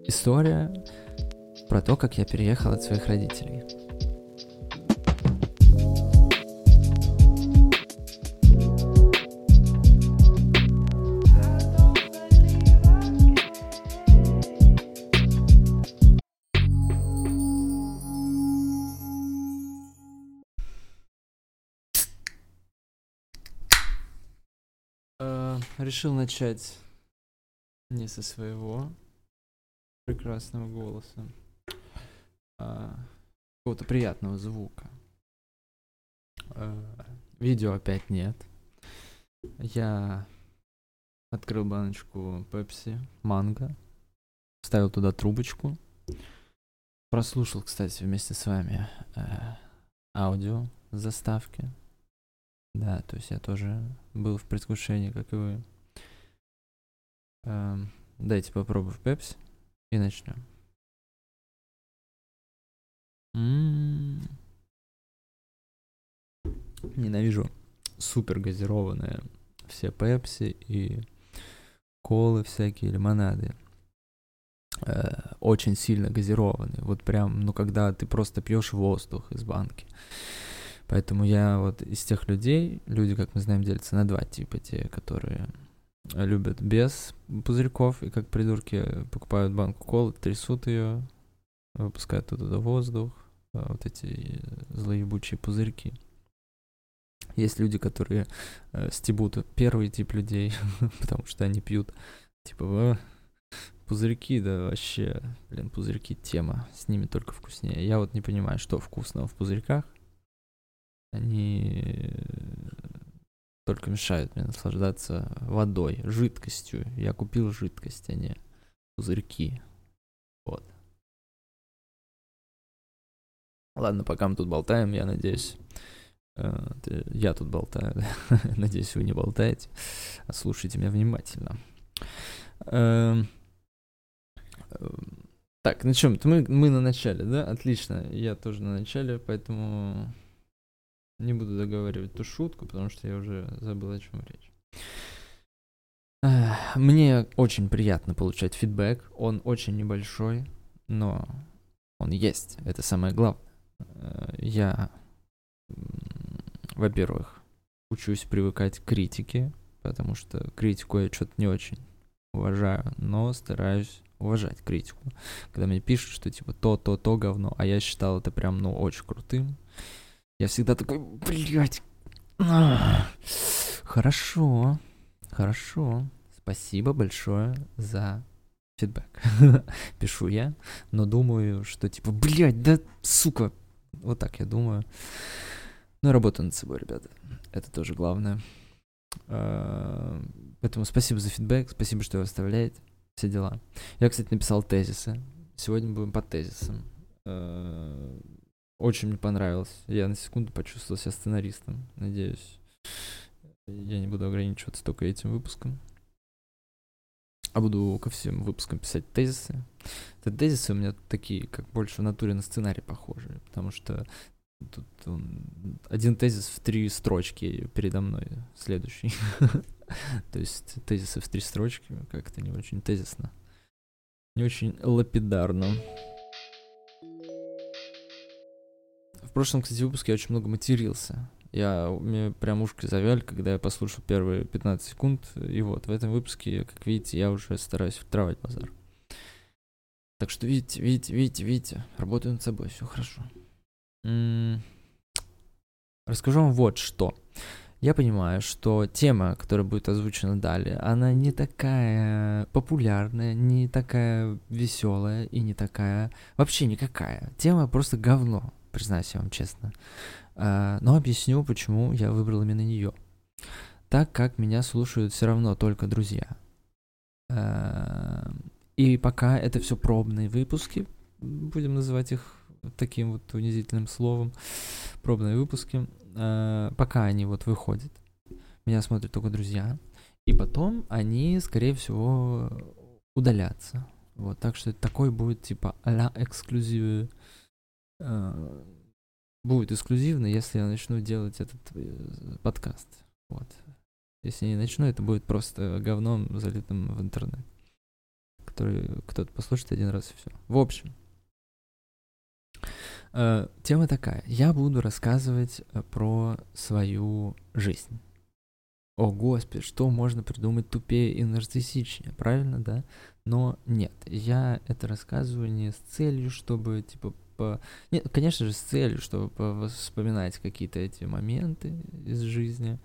История про то, как я переехал от своих родителей. Решил начать не со своего прекрасного голоса, а какого-то приятного звука. Видео опять нет. Я открыл баночку Пепси, манго, вставил туда трубочку, прослушал, кстати, вместе с вами аудио с заставки. Да, то есть я тоже был в предвкушении, как и вы. Дайте попробую в Пепси и начнем. Ненавижу супер газированные все Пепси и колы всякие, лимонады. Очень сильно газированные. Вот прям, когда ты просто пьешь воздух из банки. Поэтому я вот из тех людей, люди, как мы знаем, делятся на два типа. Те, которые любят без пузырьков и как придурки покупают банку колы, трясут ее, выпускают оттуда воздух, вот эти злоебучие пузырьки. Есть люди, которые стебут первый тип людей, потому что они пьют, типа, пузырьки, да вообще, пузырьки тема, с ними только вкуснее. Я вот не понимаю, что вкусного в пузырьках. Они только мешают мне наслаждаться водой, жидкостью. Я купил жидкость, а не пузырьки. Вот. Ладно, пока мы тут болтаем, я надеюсь... Я тут болтаю, да? Надеюсь, вы не болтаете, а слушайте меня внимательно. Так, на чем? Мы на начале, да? Отлично, я тоже на начале, поэтому не буду договаривать ту шутку, потому что я уже забыл, о чем речь. Мне очень приятно получать фидбэк, он очень небольшой, но он есть, это самое главное. Я... Во-первых, учусь привыкать к критике, потому что критику я что-то не очень уважаю, но стараюсь уважать критику. Когда мне пишут, что типа то говно, а я считал это прям, очень крутым, я всегда такой, блять, хорошо, спасибо большое за фидбэк. Пишу я, но думаю, что типа, блять, да сука, вот так я думаю. Ну, работаю над собой, ребята. Это тоже главное. Поэтому спасибо за фидбэк, спасибо, что вы оставляете. Все дела. Я, кстати, написал тезисы. Сегодня будем по тезисам. Очень мне понравилось. Я на секунду почувствовал себя сценаристом. Надеюсь, я не буду ограничиваться только этим выпуском. А буду ко всем выпускам писать тезисы. Это тезисы у меня такие, как больше в натуре на сценарий похожие. Потому что тут один тезис в 3 строчки передо мной, следующий. То есть тезисы в 3 строчки, как-то не очень тезисно. Не очень лапидарно. В прошлом, кстати, выпуске я очень много матерился. Мне прям ушки завяли, когда я послушал первые 15 секунд. И вот, в этом выпуске, как видите, я уже стараюсь фильтровать базар. Так что видите, работаю над собой, все хорошо. Расскажу вам вот что. Я понимаю, что тема, которая будет озвучена далее, она не такая популярная, не такая веселая и не такая... Вообще никакая. Тема просто говно, признаюсь я вам честно. Но объясню, почему я выбрал именно нее. Так как меня слушают все равно только друзья. И пока это все пробные выпуски, будем называть их таким вот унизительным словом, пробные выпуски, пока они вот выходят, меня смотрят только друзья, и потом они, скорее всего, удалятся. Вот, так что такой будет типа а-ля эксклюзив. Будет эксклюзивно, если я начну делать этот подкаст. Вот. Если не начну, это будет просто говном, залитым в интернет. который кто-то послушает один раз и все. В общем, тема такая. Я буду рассказывать про свою жизнь. О, Господи, что можно придумать тупее и нарциссичнее, правильно, да? Но нет, я это рассказываю не с целью, чтобы, типа, Нет, конечно же, с целью, чтобы вспоминать какие-то эти моменты из жизни.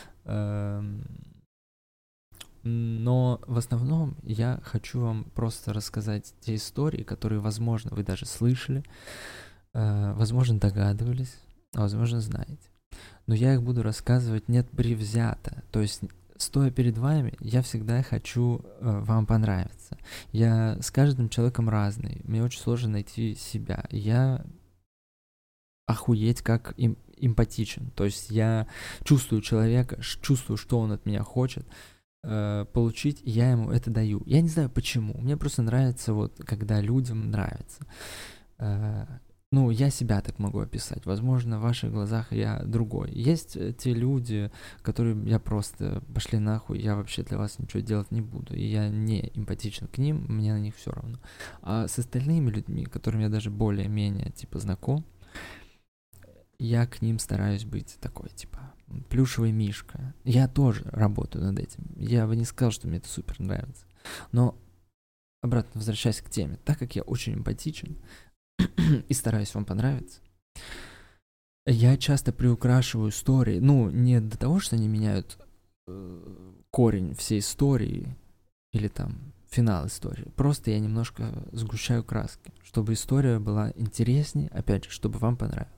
Но в основном я хочу вам просто рассказать те истории, которые, возможно, вы даже слышали, возможно, догадывались, а возможно, знаете. Но я их буду рассказывать не предвзято. То есть, стоя перед вами, я всегда хочу вам понравиться. Я с каждым человеком разный. Мне очень сложно найти себя. Я охуеть как эмпатичен. То есть я чувствую человека, чувствую, что он от меня хочет получить, и я ему это даю. Я не знаю почему. Мне просто нравится, вот, когда людям нравится. Ну, я себя так могу описать. Возможно, в ваших глазах я другой. Есть те люди, которые я просто пошли нахуй, я вообще для вас ничего делать не буду. И я не эмпатичен к ним, мне на них все равно. А с остальными людьми, которыми я даже более-менее, типа, знаком, я к ним стараюсь быть такой, типа, плюшевый мишка. Я тоже работаю над этим. Я бы не сказал, что мне это супер нравится. Но, обратно возвращаясь к теме, так как я очень эмпатичен, и стараюсь вам понравиться, я часто приукрашиваю истории, ну, не до того, что они меняют корень всей истории или там финал истории, просто я немножко сгущаю краски, чтобы история была интереснее, опять же, чтобы вам понравилось.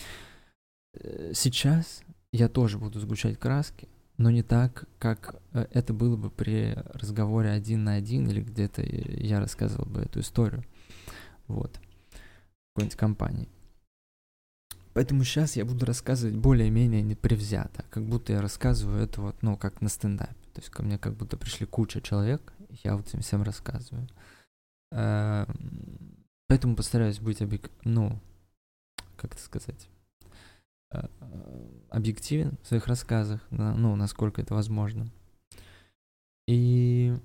Сейчас я тоже буду сгущать краски, но не так, как это было бы при разговоре 1 на 1 или где-то я рассказывал бы эту историю. Вот. Какой-нибудь компании. Поэтому сейчас я буду рассказывать более-менее непревзято, как будто я рассказываю это вот, ну, как на стендапе. То есть ко мне как будто пришли куча человек, и я вот им всем рассказываю. Поэтому постараюсь быть ну, как это сказать, объективен в своих рассказах, ну, насколько это возможно. И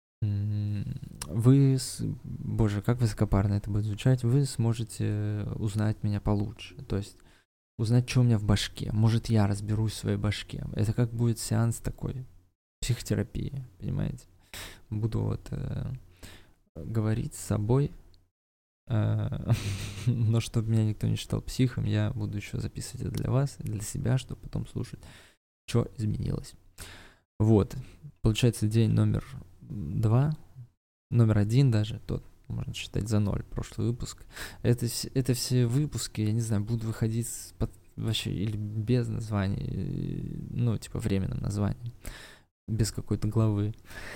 вы, боже, как высокопарно это будет звучать, вы сможете узнать меня получше, то есть узнать, что у меня в башке, может, я разберусь в своей башке. Это как будет сеанс такой психотерапии, понимаете? Буду вот говорить с собой, но чтобы меня никто не считал психом, я буду еще записывать это для вас, для себя, чтобы потом слушать, что изменилось. Вот, получается, день номер 2, номер 1 даже, тот можно считать за 0, прошлый выпуск. Это все выпуски, я не знаю, будут выходить вообще или без названий, ну, типа временным названием, без какой-то главы.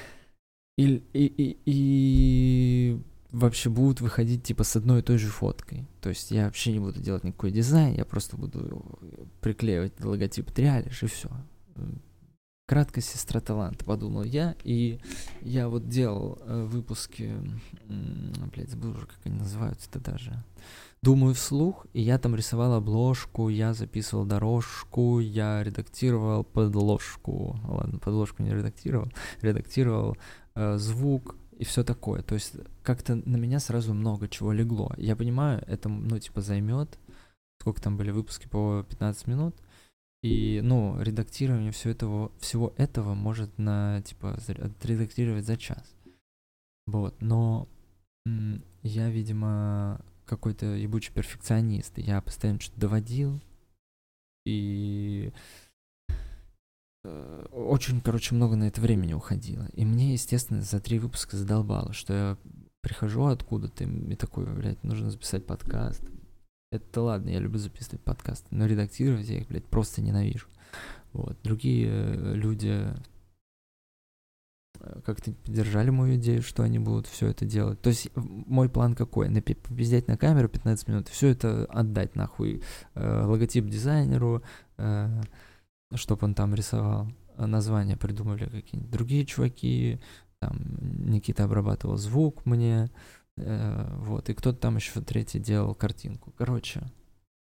И вообще будут выходить типа с одной и той же фоткой. То есть я вообще не буду делать никакой дизайн, я просто буду приклеивать логотип Триалиш и все. Краткая сестра таланта, подумал я, и я вот делал выпуски, блядь, забыл уже, как они называются-то даже. Думаю вслух, и я там рисовал обложку, я записывал дорожку, я редактировал подложку. Ладно, подложку не редактировал звук и все такое. То есть как-то на меня сразу много чего легло. Я понимаю, это, ну, типа, займет, сколько там были выпуски, по 15 минут. И, ну, редактирование всего этого может отредактировать за час. Вот, но я, видимо, какой-то ебучий перфекционист. Я постоянно что-то доводил. И очень, короче, много на это времени уходило. И мне, естественно, за 3 выпуска задолбало, что я прихожу откуда-то и такой, блядь, нужно записать подкаст. Это ладно, я люблю записывать подкасты, но редактировать я их, блядь, просто ненавижу. Вот. Другие люди как-то поддержали мою идею, что они будут все это делать. То есть мой план какой? Попиздеть на камеру 15 минут, и все это отдать нахуй логотип дизайнеру, чтобы он там рисовал. Названия придумали какие-нибудь другие чуваки, там Никита обрабатывал звук мне, вот, и кто-то там еще третий делал картинку. Короче,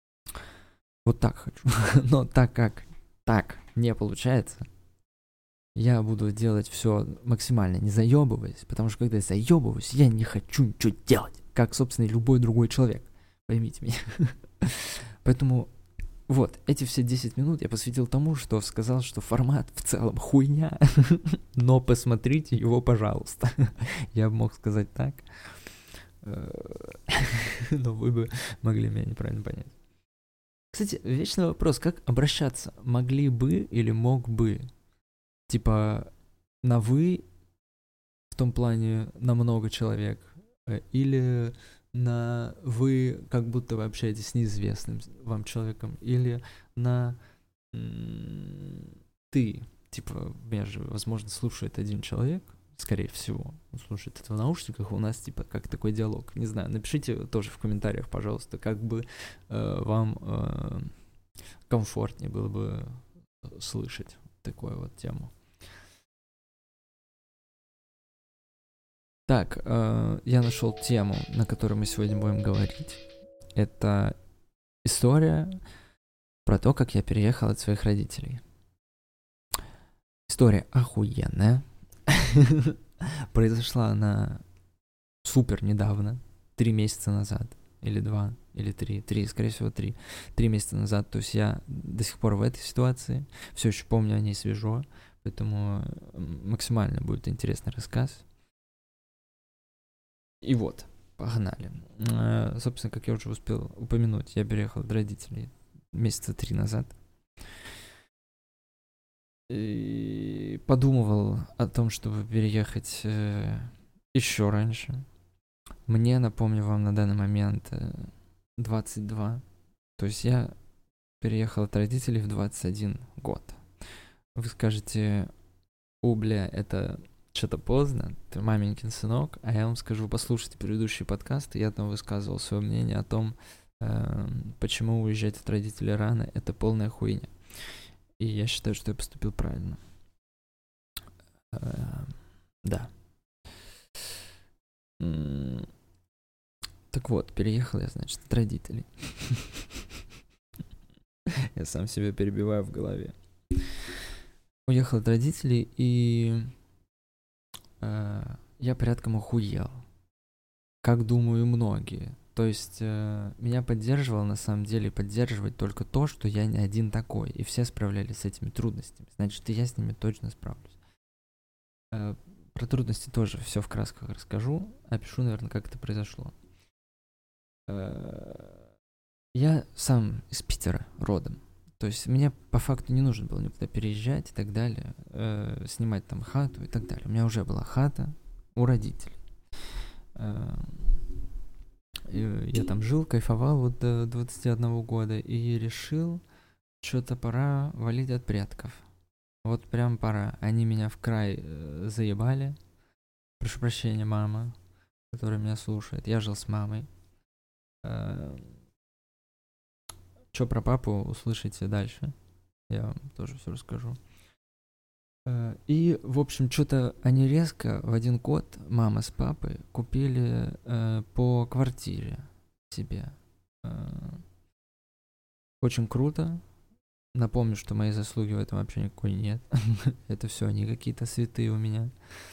вот так хочу. Но так как так не получается, я буду делать все максимально не заебываясь, потому что когда я заебываюсь, я не хочу ничего делать, как, собственно, и любой другой человек. Поймите меня. Поэтому вот, эти все 10 минут я посвятил тому, что сказал, что формат в целом хуйня, но посмотрите его, пожалуйста. Я бы мог сказать так, но вы бы могли меня неправильно понять. Кстати, вечный вопрос, как обращаться? Могли бы или мог бы? Типа на «вы» в том плане на много человек, или на «вы», как будто вы общаетесь с неизвестным вам человеком, или на «ты». Типа, меня же, возможно, слушает один человек, скорее всего, он слушает это в наушниках, у нас, типа, как такой диалог. Не знаю, напишите тоже в комментариях, пожалуйста, как бы вам комфортнее было бы слышать такую вот тему. Так, я нашел тему, на которой мы сегодня будем говорить. Это история про то, как я переехал от своих родителей. История охуенная. Произошла она супер недавно, 3 месяца назад, или 2, или 3, скорее всего 3 месяца назад. То есть я до сих пор в этой ситуации, все еще помню о ней свежо, поэтому максимально будет интересный рассказ. И вот, погнали. Собственно, как я уже успел упомянуть, я переехал от родителей месяца 3 назад. И подумывал о том, чтобы переехать еще раньше. Мне, напомню вам, на данный момент 22. То есть я переехал от родителей в 21 год. Вы скажете, бля, это что-то поздно, ты маменькин сынок, а я вам скажу, послушайте предыдущие подкасты, я там высказывал свое мнение о том, почему уезжать от родителей рано, это полная хуйня. И я считаю, что я поступил правильно. Да. Так вот, переехал я, значит, от родителей. Я сам себя перебиваю в голове. Уехал от родителей, и я порядком охуел. Как, думаю, многие. То есть меня поддерживало, на самом деле, поддерживать только то, что я не один такой, и все справлялись с этими трудностями. Значит, и я с ними точно справлюсь. Про трудности тоже все в красках расскажу, опишу, наверное, как это произошло. Я сам из Питера родом. То есть мне по факту не нужно было никуда переезжать и так далее, снимать там хату и так далее. У меня уже была хата у родителей. Я там жил, кайфовал вот до 21 года и решил, что-то пора валить от предков. Вот прям пора. Они меня в край заебали. Прошу прощения, мама, которая меня слушает. Я жил с мамой. Что про папу услышите дальше. Я вам тоже все расскажу. И, в общем, что-то они резко в один год, мама с папой, купили по квартире себе. Очень круто. Напомню, что моей заслуги в этом вообще никакой нет. Это все они какие-то святые у меня.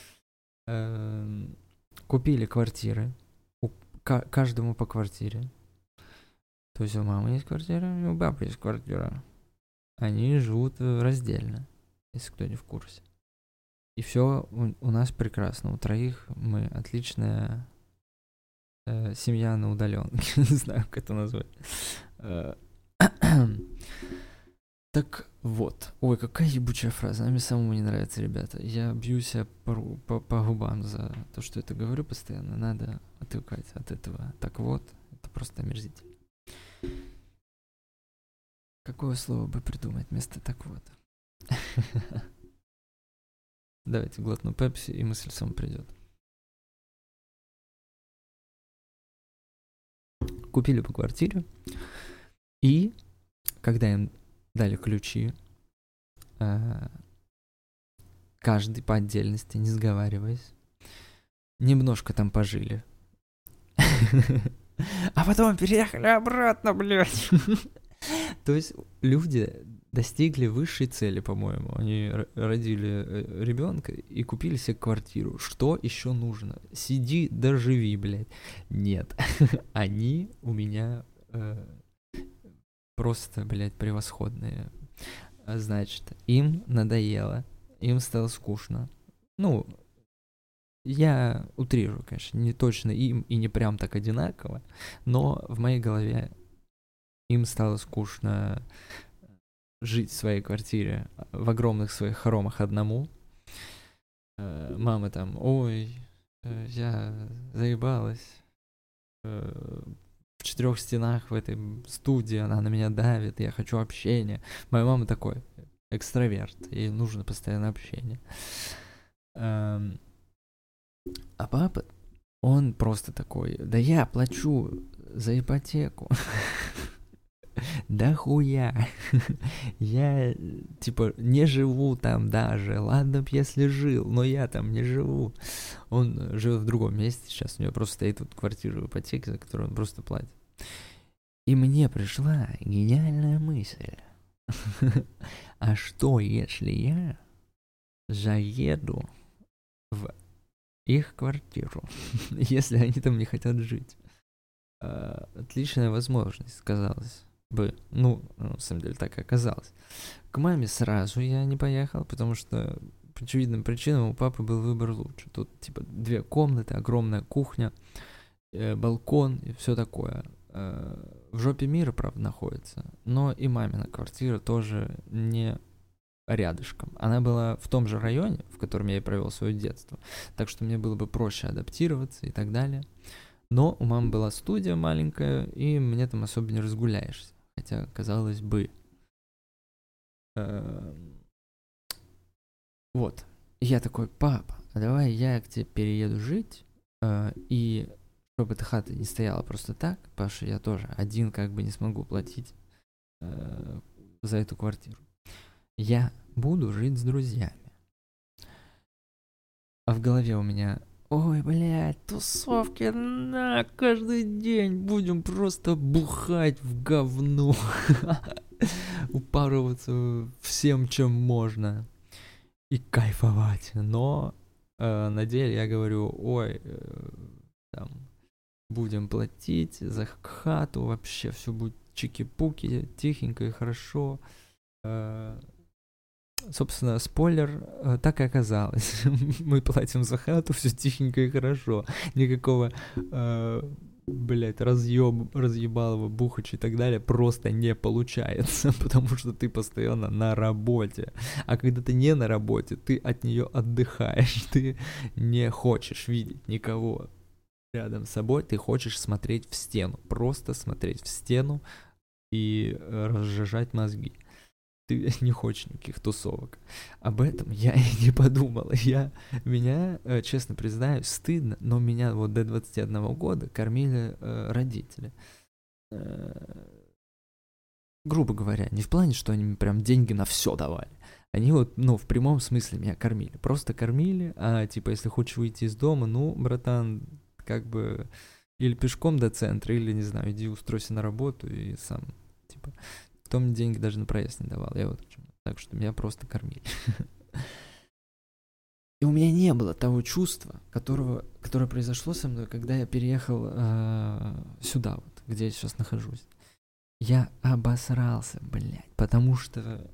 Купили квартиры. Каждому по квартире. То есть у мамы есть квартира, и у папы есть квартира. Они живут раздельно, если кто не в курсе. И все у нас прекрасно. У троих мы отличная семья на удаленке. Не знаю, как это назвать. Так вот. Ой, какая ебучая фраза. Она мне самому не нравится, ребята. Я бью себя по губам за то, что это говорю постоянно. Надо отвыкать от этого. Так вот. Это просто омерзительно. Какое слово бы придумать вместо «так вот»? Давайте глотну пепси, и мысль сама придет. Купили по квартире, и когда им дали ключи, каждый по отдельности, не сговариваясь, немножко там пожили. А потом переехали обратно, блядь. То есть люди достигли высшей цели, по-моему. Они родили ребенка и купили себе квартиру. Что еще нужно? Сиди, доживи, блядь. Нет. Они у меня просто, блядь, превосходные. Значит, им надоело, им стало скучно. Ну, я утрирую, конечно, не точно им и не прям так одинаково, но в моей голове им стало скучно жить в своей квартире в огромных своих хоромах одному. Мама там, ой, я заебалась. В 4 стенах в этой студии она на меня давит, я хочу общения. Моя мама такой экстраверт, ей нужно постоянное общение. А папа, он просто такой, да я плачу за ипотеку. Да хуя. Я, типа, не живу там даже. Ладно б, если жил, но я там не живу. Он живет в другом месте сейчас. У него просто стоит вот квартира в ипотеке, за которую он просто платит. И мне пришла гениальная мысль. А что, если я заеду в их квартиру, если они там не хотят жить? Отличная возможность, казалось бы. Ну, на самом деле так и оказалось. К маме сразу я не поехал, потому что по очевидным причинам у папы был выбор лучше. Тут типа 2 комнаты, огромная кухня, балкон и все такое. В жопе мира, правда, находится, но и мамина квартира тоже не рядышком. Она была в том же районе, в котором я и провел свое детство, так что мне было бы проще адаптироваться и так далее. Но у мамы была студия маленькая, и мне там особо не разгуляешься. Хотя, казалось бы. Вот. И я такой, папа, а давай я к тебе перееду жить, и чтобы эта хата не стояла просто так, потому что я тоже один как бы не смогу платить за эту квартиру. Я буду жить с друзьями. А в голове у меня... Ой, блядь, тусовки на каждый день. Будем просто бухать в говно. Упарываться всем, чем можно. И кайфовать. Но на деле я говорю, ой, там, будем платить за хату. Вообще все будет чики-пуки, тихенько и хорошо. Собственно, спойлер, так и оказалось. Мы платим за хату, все тихенько и хорошо. Никакого, разъебалого, бухача и так далее просто не получается, потому что ты постоянно на работе. А когда ты не на работе, ты от нее отдыхаешь, ты не хочешь видеть никого рядом с собой, ты хочешь смотреть в стену, просто смотреть в стену и разжижать мозги. Ты не хочешь никаких тусовок. Об этом я и не подумал. Меня, честно признаюсь, стыдно, но меня вот до 21 года кормили родители. Грубо говоря, не в плане, что они мне прям деньги на все давали. Они вот, в прямом смысле меня кормили. Просто кормили, а типа, если хочешь выйти из дома, братан, как бы, или пешком до центра, или, не знаю, иди устройся на работу и сам, типа... Кто мне деньги даже на проезд не давал, я вот к чему. Так что меня просто кормили. И у меня не было того чувства, которое произошло со мной, когда я переехал сюда, вот, где я сейчас нахожусь. Я обосрался, блядь, потому что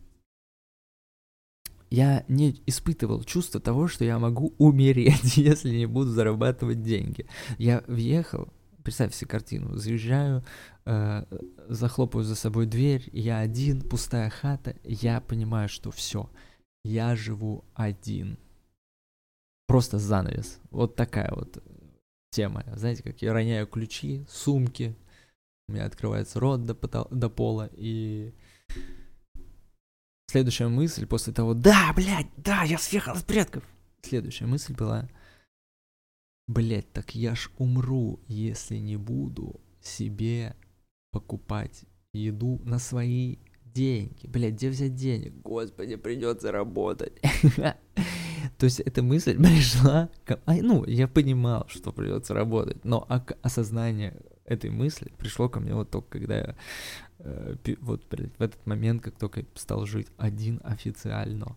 я не испытывал чувство того, что я могу умереть, если не буду зарабатывать деньги. Я въехал. Представь себе картину. Заезжаю, захлопываю за собой дверь, я один, пустая хата, я понимаю, что все, я живу один. Просто занавес. Вот такая вот тема. Знаете, как я роняю ключи, сумки, у меня открывается рот до пола, и следующая мысль после того, да, я съехал от предков. Следующая мысль была... Блять, так я ж умру, если не буду себе покупать еду на свои деньги. Блять, где взять денег? Господи, придется работать. То есть эта мысль пришла... я понимал, что придется работать, но осознание этой мысли пришло ко мне вот только когда я вот блядь, в этот момент, как только я стал жить один официально.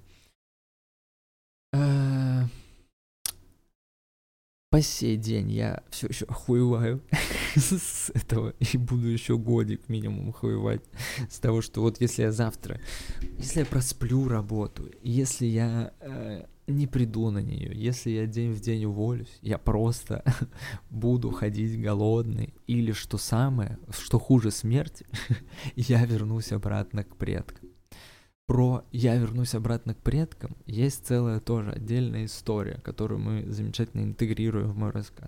По сей день я все еще охуеваю с этого и буду еще годик минимум охуевать с того, что вот если я просплю работу, если я не приду на нее, если я день в день уволюсь, я просто буду ходить голодный, или что что хуже смерти, я вернусь обратно к предкам. Про «я вернусь обратно к предкам» есть целая тоже отдельная история, которую мы замечательно интегрируем в мой рассказ.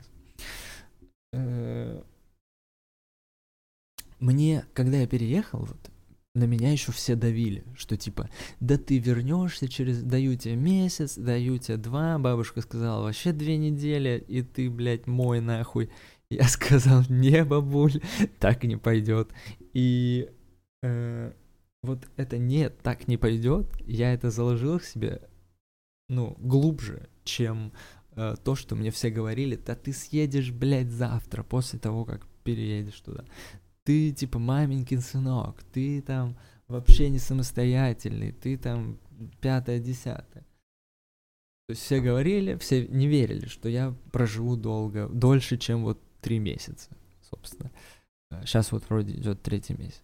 Мне, когда я переехал, вот, на меня еще все давили, что типа, да ты вернешься даю тебе месяц, даю тебе 2, бабушка сказала, вообще 2 недели, и ты, блядь, мой нахуй. Я сказал, не, бабуль, так не пойдет. И вот это «нет, так не пойдет», я это заложил в себе, глубже, чем то, что мне все говорили, да ты съедешь, блядь, завтра, после того, как переедешь туда. Ты, типа, маменькин сынок, ты там вообще не самостоятельный, ты там 5-10. То есть все говорили, все не верили, что я проживу дольше, чем вот 3 месяца, собственно. Сейчас вот вроде идет 3-й месяц.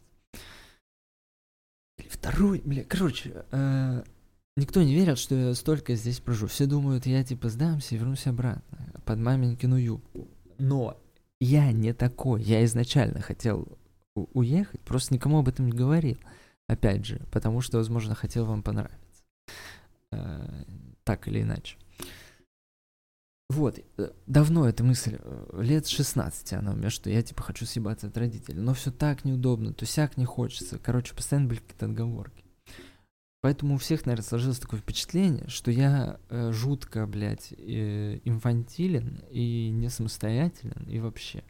Никто не верит, что я столько здесь проживу. Все думают, я типа сдамся и вернусь обратно под маменькину юбку. Но я не такой. Я изначально хотел уехать, просто никому об этом не говорил. Опять же, потому что, возможно, хотел вам понравиться. Так или иначе. Вот, давно эта мысль, лет 16 она у меня, что я типа хочу съебаться от родителей. Но все так неудобно, то сяк не хочется. Короче, постоянно были какие-то отговорки. Поэтому у всех, наверное, сложилось такое впечатление, что я жутко, блядь, инфантилен и не самостоятелен, и вообще.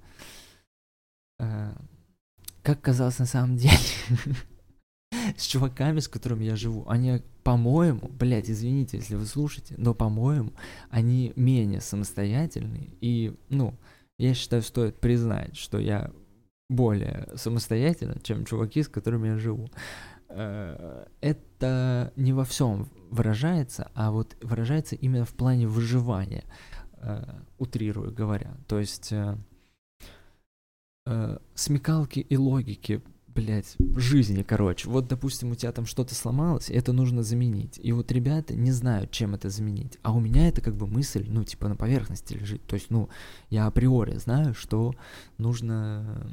Как казалось на самом деле, с чуваками, с которыми я живу, они, по-моему, блядь, извините, если вы слушаете, но, по-моему, они менее самостоятельны, и, я считаю, стоит признать, что я более самостоятелен, чем чуваки, с которыми я живу. Это не во всем выражается, а вот выражается именно в плане выживания, утрирую говоря. То есть смекалки и логики, блять, жизни, короче. Вот, допустим, у тебя там что-то сломалось, и это нужно заменить. И вот ребята не знают, чем это заменить. А у меня это как бы мысль, типа на поверхности лежит. То есть, я априори знаю, что нужно...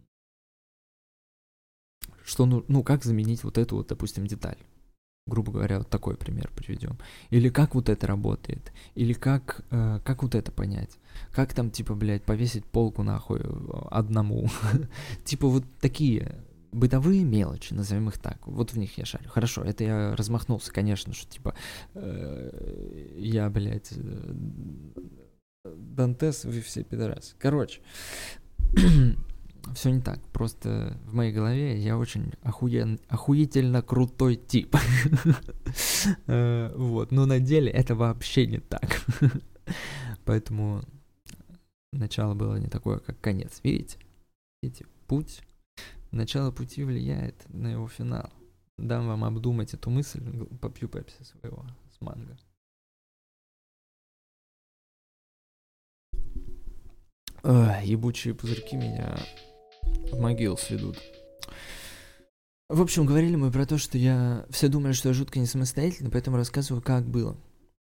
как заменить вот эту вот, допустим, деталь. Грубо говоря, вот такой пример приведем. Или как вот это работает. Или как вот это понять. Как там, типа, блядь, повесить полку нахуй одному. Типа вот такие бытовые мелочи, назовем их так. Вот в них я шарю. Хорошо, это я размахнулся, конечно, что типа я, блядь, Дантес, вы все пидорасы. Короче, все не так. Просто в моей голове я очень охуительно крутой тип. Вот. Но на деле это вообще не так. Поэтому начало было не такое, как конец. Видите? Начало пути влияет на его финал. Дам вам обдумать эту мысль. Попью пепси своего с манго. Ебучие пузырьки меня в могилу сведут. В общем, говорили мы про то, что все думали, что я жутко не самостоятельный, поэтому рассказываю, как было.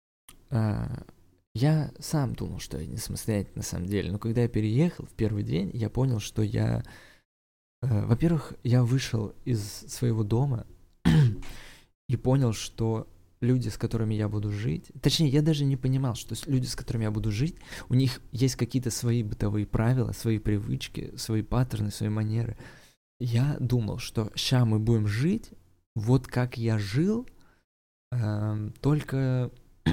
Я сам думал, что я не самостоятельный на самом деле, но когда я переехал в первый день, я понял, что я... Во-первых, я вышел из своего дома и понял, что люди, с которыми я буду жить... Точнее, я даже не понимал, что люди, с которыми я буду жить, у них есть какие-то свои бытовые правила, свои привычки, свои паттерны, свои манеры. Я думал, что ща мы будем жить вот как я жил, только...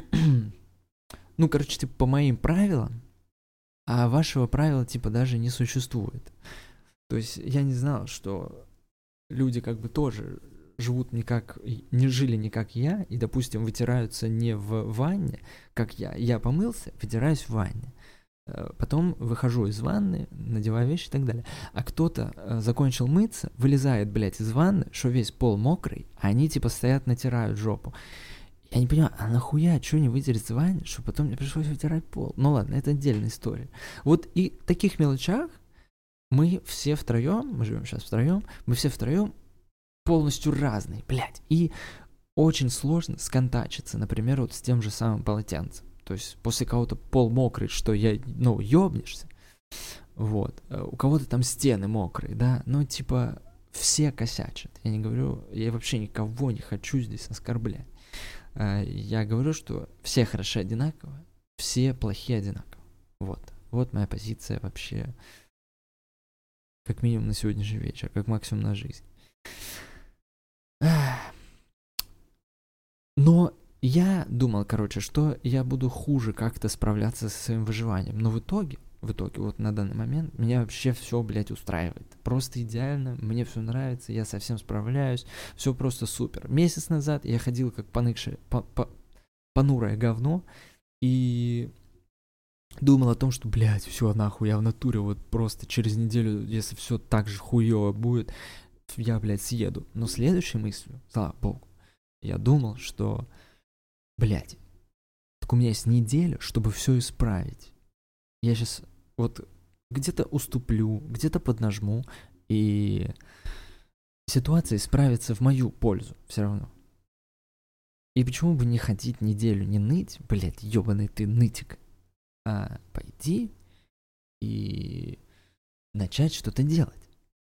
типа по моим правилам, а вашего правила, типа, даже не существует. То есть я не знал, что люди как бы тоже живут не жили не как я, и, допустим, вытираются не в ванне, как я. Я помылся, вытираюсь в ванне. Потом выхожу из ванны, надеваю вещи и так далее. А кто-то закончил мыться, вылезает, блядь, из ванны, что весь пол мокрый, а они типа стоят, натирают жопу. Я не понимаю, а нахуя, что не вытереть в ванне, что потом мне пришлось вытирать пол? Ну ладно, это отдельная история. Вот и в таких мелочах мы все втроем, мы живем сейчас втроем, мы все втроем полностью разные, блядь. И очень сложно сконтачиться, например, вот с тем же самым полотенцем. То есть после кого-то пол мокрый, что ёбнешься. Вот. У кого-то там стены мокрые, да. Ну, типа, все косячат. Я не говорю, я вообще никого не хочу здесь оскорблять. Я говорю, что все хороши одинаково, все плохие одинаково. Вот. Вот моя позиция вообще, как минимум на сегодняшний вечер, как максимум на жизнь. Но я думал, что я буду хуже как-то справляться со своим выживанием. Но в итоге, вот на данный момент, меня вообще все, блядь, устраивает. Просто идеально, мне все нравится, я совсем справляюсь, все просто супер. Месяц назад я ходил как понурое говно и думал о том, что, блядь, все нахуй, я в натуре вот просто через неделю, если все так же хуёво будет, я, блядь, съеду. Но следующей мыслью, слава богу, я думал, что, блядь, так у меня есть неделя, чтобы все исправить. Я сейчас вот где-то уступлю, где-то поднажму, и ситуация исправится в мою пользу все равно. И почему бы не ходить неделю, не ныть, блядь, ёбаный ты нытик, а пойти и начать что-то делать.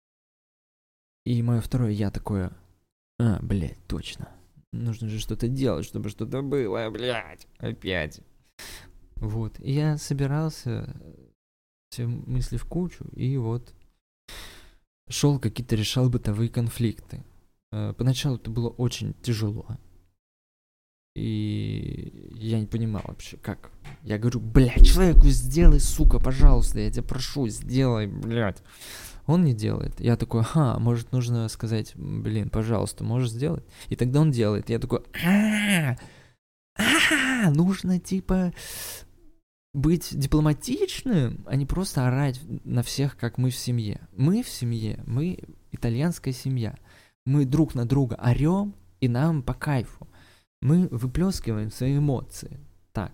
И мое второе я такое, блядь, точно. Нужно же что-то делать, чтобы что-то было, блядь, опять. Вот, и я собирался, все мысли в кучу, и вот шел какие-то, решал бытовые конфликты. Поначалу это было очень тяжело. И я не понимал вообще, как. Я говорю, блядь, человеку сделай, сука, пожалуйста, я тебя прошу, сделай, блядь. Он не делает. Я такой, может нужно сказать, блин, пожалуйста, можешь сделать? И тогда он делает. Я такой, нужно, типа, быть дипломатичным, а не просто орать на всех, как мы в семье. Мы в семье, мы итальянская семья. Мы друг на друга орем, и нам по кайфу. Мы выплескиваем свои эмоции. Так.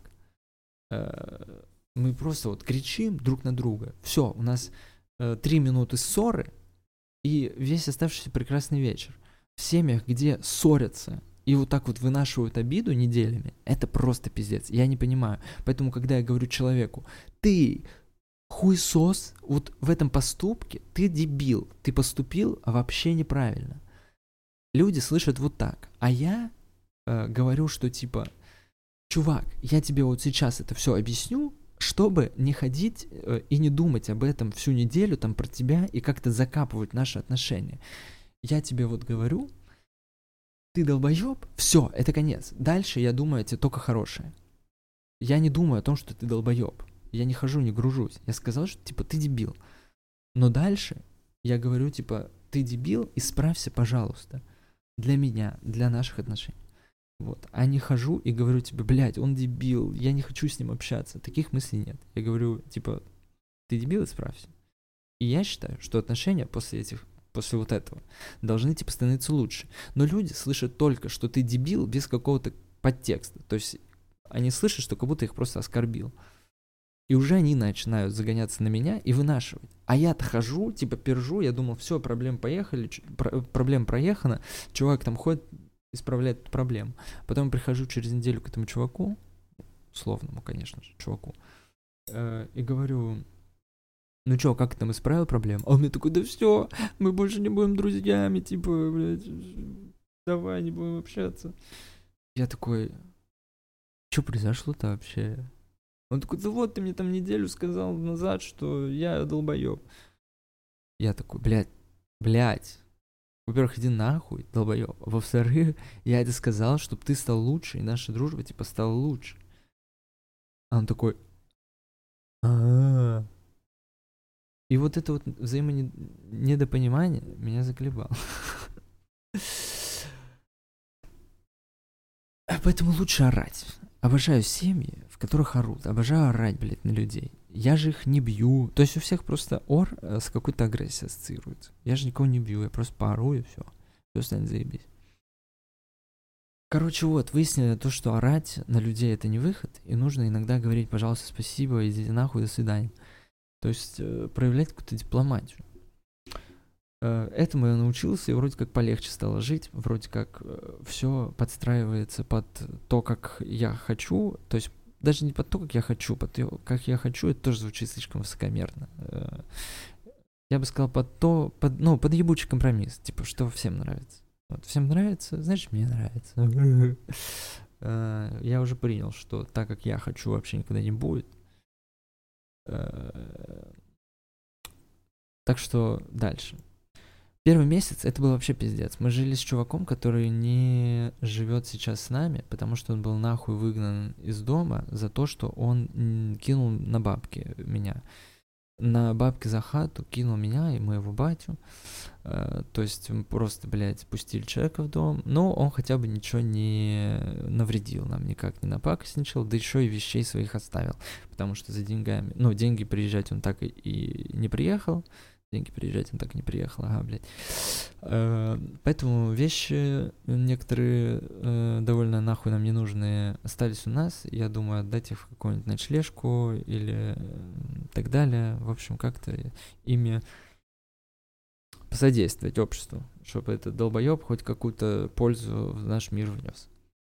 Мы просто вот кричим друг на друга. Все, у нас 3 минуты ссоры, и весь оставшийся прекрасный вечер. В семьях, где ссорятся и вот так вот вынашивают обиду неделями, это просто пиздец. Я не понимаю. Поэтому, когда я говорю человеку, ты хуесос, вот в этом поступке ты дебил, ты поступил вообще неправильно. Люди слышат вот так. А я говорю, что типа, чувак, я тебе вот сейчас это все объясню, чтобы не ходить и не думать об этом всю неделю там про тебя и как-то закапывать наши отношения. Я тебе вот говорю, ты долбоеб, все, это конец. Дальше я думаю о тебе только хорошее. Я не думаю о том, что ты долбоеб. Я не хожу, не гружусь. Я сказал, что типа ты дебил. Но дальше я говорю типа ты дебил, исправься, пожалуйста. Для меня, для наших отношений. Вот. А не хожу и говорю тебе, блядь, он дебил, я не хочу с ним общаться. Таких мыслей нет. Я говорю, типа, ты дебил, исправься. И я считаю, что отношения после вот этого должны, типа, становиться лучше. Но люди слышат только, что ты дебил, без какого-то подтекста. То есть они слышат, что как будто их просто оскорбил. И уже они начинают загоняться на меня и вынашивать. А я-то хожу, типа, пержу, я думал, все, проблем проехано, чувак там ходит, исправляет эту проблему. Потом прихожу через неделю к этому чуваку, условному, конечно же, чуваку, и говорю, ну чё, как ты там исправил проблему? А он мне такой, да все, мы больше не будем друзьями, типа, блядь, давай не будем общаться. Я такой, что произошло-то вообще? Он такой, да вот, ты мне там неделю сказал назад, что я долбоёб. Я такой, блядь. Во-первых, иди нахуй, долбоёб. Во-вторых, я это сказал, чтобы ты стал лучше, и наша дружба, типа, стала лучше. А он такой, И вот это вот взаимонедопонимание меня заколебало. Поэтому лучше орать. Обожаю семьи, в которых орут. Обожаю орать, блядь, на людей. я же их не бью. То есть у всех просто ор с какой-то агрессией ассоциируется. Я же никого не бью, я просто поору и все станет заебись. Короче, вот, выяснили то, что орать на людей это не выход, и нужно иногда говорить, пожалуйста, спасибо, идите нахуй, до свидания. То есть проявлять какую-то дипломатию. Этому я научился, и вроде как полегче стало жить, вроде как все подстраивается под то, как я хочу, то есть даже не под то, как я хочу, под то, как я хочу, это тоже звучит слишком высокомерно. Я бы сказал под ебучий компромисс, типа, что всем нравится. Вот, всем нравится, значит, мне нравится. Я уже принял, что так, как я хочу, вообще никогда не будет. Так что дальше. Первый месяц это был вообще пиздец. Мы жили с чуваком, который не живет сейчас с нами, потому что он был нахуй выгнан из дома за то, что он кинул на бабки меня. На бабки за хату кинул меня и моего батю. То есть просто, блядь, пустили человека в дом. Но он хотя бы ничего не навредил нам, никак не напакостничал, да еще и вещей своих оставил. Потому что за деньгами... деньги приезжать он так и не приехал. Деньги приезжать он так и не приехал, блядь. Поэтому вещи некоторые довольно нахуй нам не нужные остались у нас. Я думаю, отдать их в какую-нибудь ночлежку или так далее. В общем, как-то ими посодействовать обществу, чтобы этот долбоеб хоть какую-то пользу в наш мир внес.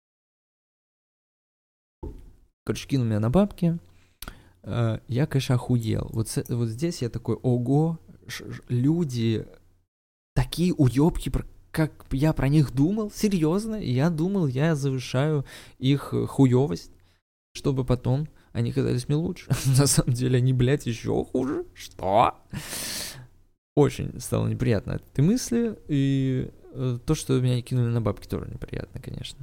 Короче, кинул меня на бабки. Я, конечно, охуел. Вот здесь я такой, ого, люди такие уёбки, как я про них думал, серьезно, я думал, я завышаю их хуёвость, чтобы потом они казались мне лучше. На самом деле они, блядь, еще хуже. Что? Очень стало неприятно от этой мысли, и то, что меня кинули на бабки, тоже неприятно, конечно.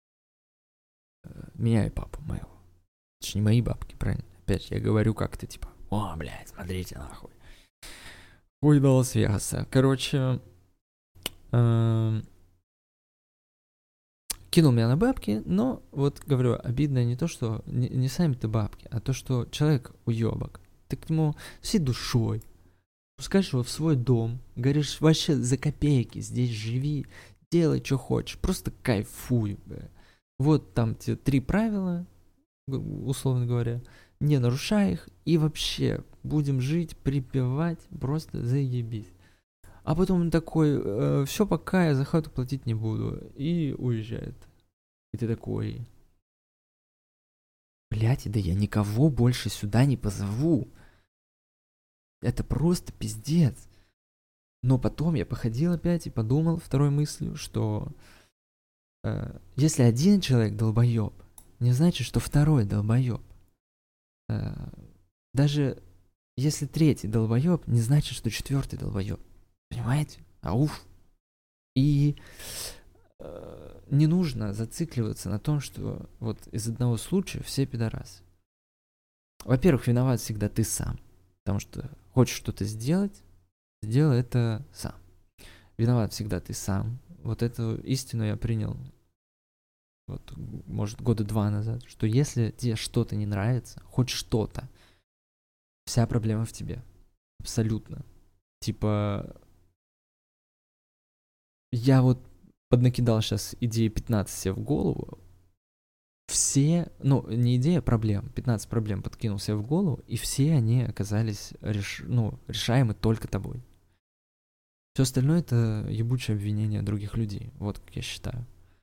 Меня и папу моего. Это же не мои бабки, правильно? Опять я говорю как-то типа, о, блядь, смотрите нахуй. Хуй до Лас-Вегаса. Короче, кинул меня на бабки, но вот говорю, обидно не то, что не сами-то бабки, а то, что человек уебок. Ты к нему всей душой пускаешь его в свой дом, говоришь, вообще за копейки здесь живи, делай, что хочешь, просто кайфуй, бля. Вот там тебе 3 правила, условно говоря, не нарушай их, и вообще будем жить, припевать, просто заебись. А потом он такой, все, пока, я за хату платить не буду, и уезжает. И ты такой, блять, да я никого больше сюда не позову. Это просто пиздец. Но потом я походил опять и подумал второй мыслью, что если один человек долбоеб, не значит, что второй долбоеб. Даже если третий долбоеб, не значит, что четвертый долбоеб. Понимаете? Ауф. И не нужно зацикливаться на том, что вот из одного случая все пидорасы. Во-первых, виноват всегда ты сам. Потому что хочешь что-то сделать, сделай это сам. Виноват всегда ты сам. Вот эту истину я принял, вот, может, 2 года назад, что если тебе что-то не нравится, хоть что-то, вся проблема в тебе. Абсолютно. Типа, я вот поднакидал сейчас идеи 15 себе в голову. Все, не идея, проблем, 15 проблем подкинул себе в голову, и все они оказались решаемы только тобой. Все остальное это ебучее обвинение других людей. Вот как я считаю.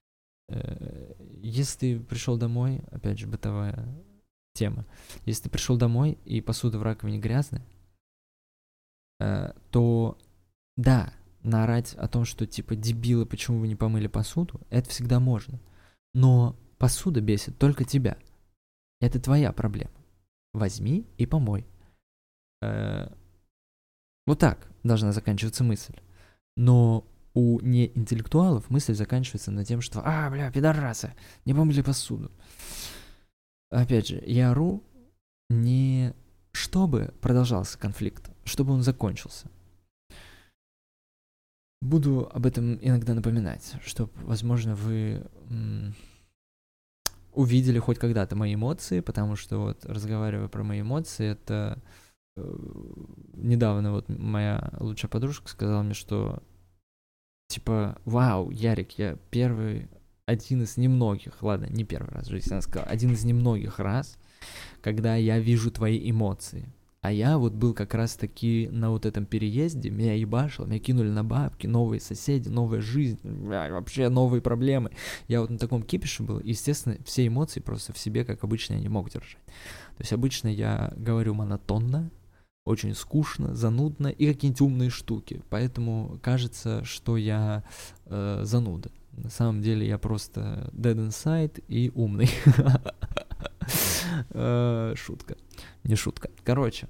Если ты пришел домой, опять же, бытовая тема. Если ты пришел домой и посуда в раковине грязная, то да, наорать о том, что типа дебилы, почему вы не помыли посуду, это всегда можно. Но посуда бесит только тебя. Это твоя проблема. Возьми и помой. Вот так должна заканчиваться мысль. Но у неинтеллектуалов мысль заканчивается на тем, что пидорасы, не помыли посуду. Опять же, я ору не чтобы продолжался конфликт, чтобы он закончился. Буду об этом иногда напоминать, чтобы, возможно, вы увидели хоть когда-то мои эмоции, потому что вот, разговаривая про мои эмоции, это недавно вот моя лучшая подружка сказала мне, что типа, вау, Ярик, я один из немногих, ладно, не первый раз в жизни, она сказала, один из немногих раз, когда я вижу твои эмоции. А я вот был как раз-таки на вот этом переезде, меня ебашило, меня кинули на бабки, новые соседи, новая жизнь, вообще новые проблемы. Я вот на таком кипише был, и, естественно, все эмоции просто в себе, как обычно, я не мог держать. То есть обычно я говорю монотонно, очень скучно, занудно и какие-нибудь умные штуки. Поэтому кажется, что я зануда. На самом деле я просто dead inside и умный. Шутка. Не шутка. Короче.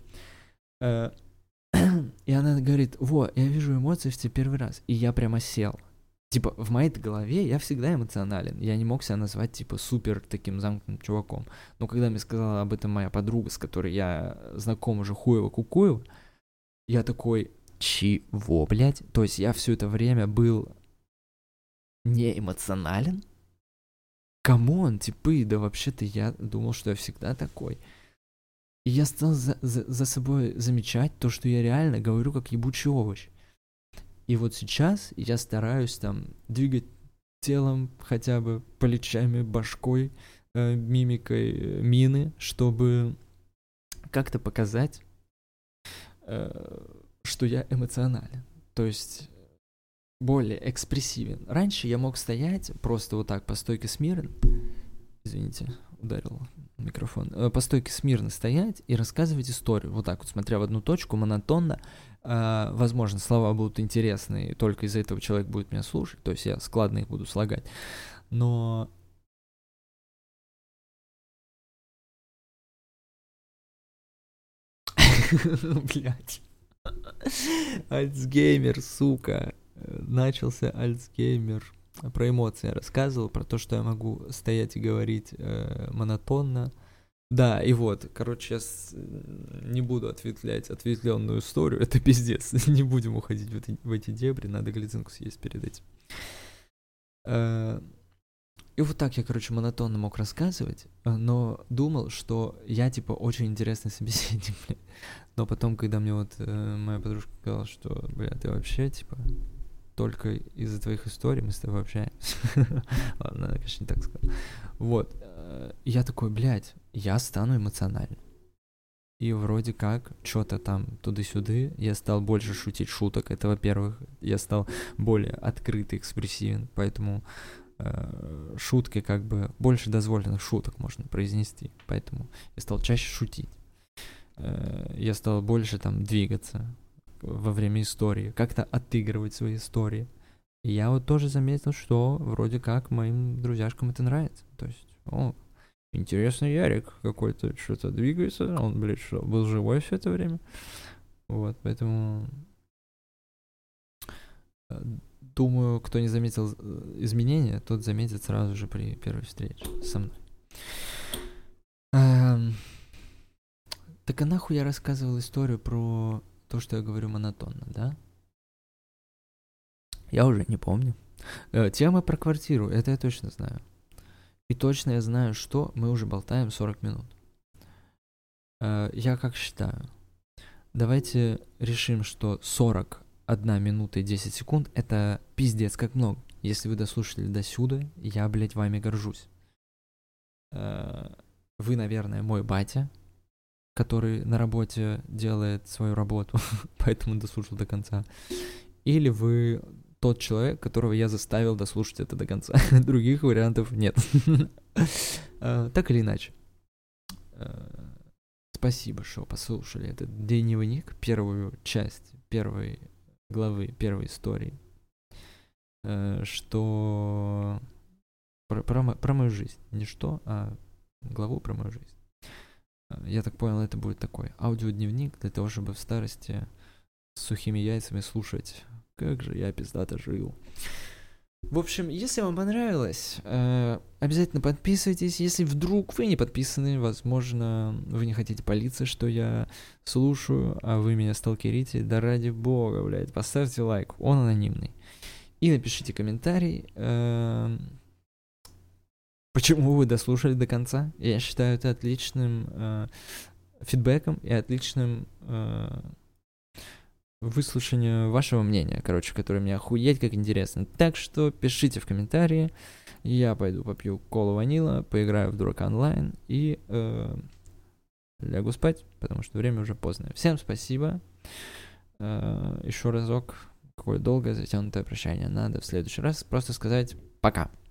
И она говорит, я вижу эмоции в тебе первый раз. И я прямо сел. Типа, в моей голове я всегда эмоционален. Я не мог себя назвать, типа, супер таким замкнутым чуваком. Но когда мне сказала об этом моя подруга, с которой я знаком уже хуево-кукуево, я такой, чего, блядь? То есть я все это время был не эмоционален? Камон, типы, да вообще-то я думал, что я всегда такой. И я стал за собой замечать то, что я реально говорю как ебучий овощ. И вот сейчас я стараюсь там двигать телом, хотя бы плечами, башкой, мимикой мины, чтобы как-то показать, что я эмоционален. То есть более экспрессивен. Раньше я мог стоять просто вот так по стойке смирно. Извините, ударил микрофон. По стойке смирно стоять и рассказывать историю. Вот так вот, смотря в одну точку, монотонно. Возможно, слова будут интересные, только из-за этого человек будет меня слушать. То есть я складно их буду слагать. Но... Блять. Альцгеймер, сука. Начался Альцгеймер. Про эмоции я рассказывал, про то, что я могу стоять и говорить монотонно. Да, и вот, короче, я не буду ответвлять ответвленную историю, это пиздец, не будем уходить в эти дебри, надо глицинку съесть перед этим. И вот так я, короче, монотонно мог рассказывать, но думал, что я, типа, очень интересный собеседник, блядь. Но потом, когда мне вот моя подружка сказала, что, бля, ты вообще, типа, только из-за твоих историй мы с тобой общаемся. Ладно, она, конечно, не так сказала. Вот. Я такой, блядь, я стану эмоциональным. И вроде как, что-то там туда-сюда, я стал больше шутить шуток, это во-первых. Я стал более открытый, экспрессивен, поэтому шутки как бы, больше дозволенных шуток можно произнести. Поэтому я стал чаще шутить. Я стал больше там двигаться во время истории, как-то отыгрывать свои истории. И я вот тоже заметил, что вроде как моим друзьяшкам это нравится. То есть, интересный Ярик какой-то, что-то двигается, он, блядь, что, был живой все это время? Вот, поэтому... Думаю, кто не заметил изменения, тот заметит сразу же при первой встрече со мной. Так а нахуй я рассказывал историю про то, что я говорю монотонно, да? Я уже не помню. Тема про квартиру, это я точно знаю. И точно я знаю, что мы уже болтаем 40 минут. Я как считаю? Давайте решим, что 41 минута и 10 секунд это пиздец как много. Если вы дослушали до сюда, я, блядь, вами горжусь. Вы, наверное, мой батя, который на работе делает свою работу, поэтому дослушал до конца. Или вы тот человек, которого я заставил дослушать это до конца. Других вариантов нет. Так или иначе. Спасибо, что послушали этот дневник, первую часть первой главы, первой истории. Что... Про мою жизнь. Не что, а главу про мою жизнь. Я так понял, это будет такой аудиодневник для того, чтобы в старости с сухими яйцами слушать, как же я пиздато жил. В общем, если вам понравилось, обязательно подписывайтесь. Если вдруг вы не подписаны, возможно, вы не хотите палиться, что я слушаю, а вы меня сталкерите, да ради бога, блядь, поставьте лайк, он анонимный. И напишите комментарий. почему вы дослушали до конца. Я считаю это отличным фидбэком и отличным выслушанием вашего мнения, короче, которое мне охуеть как интересно. Так что пишите в комментарии. Я пойду попью колу ванила, поиграю в дурака онлайн и лягу спать, потому что время уже поздно. Всем спасибо. Еще разок, какое долгое затянутое прощание. Надо в следующий раз просто сказать пока.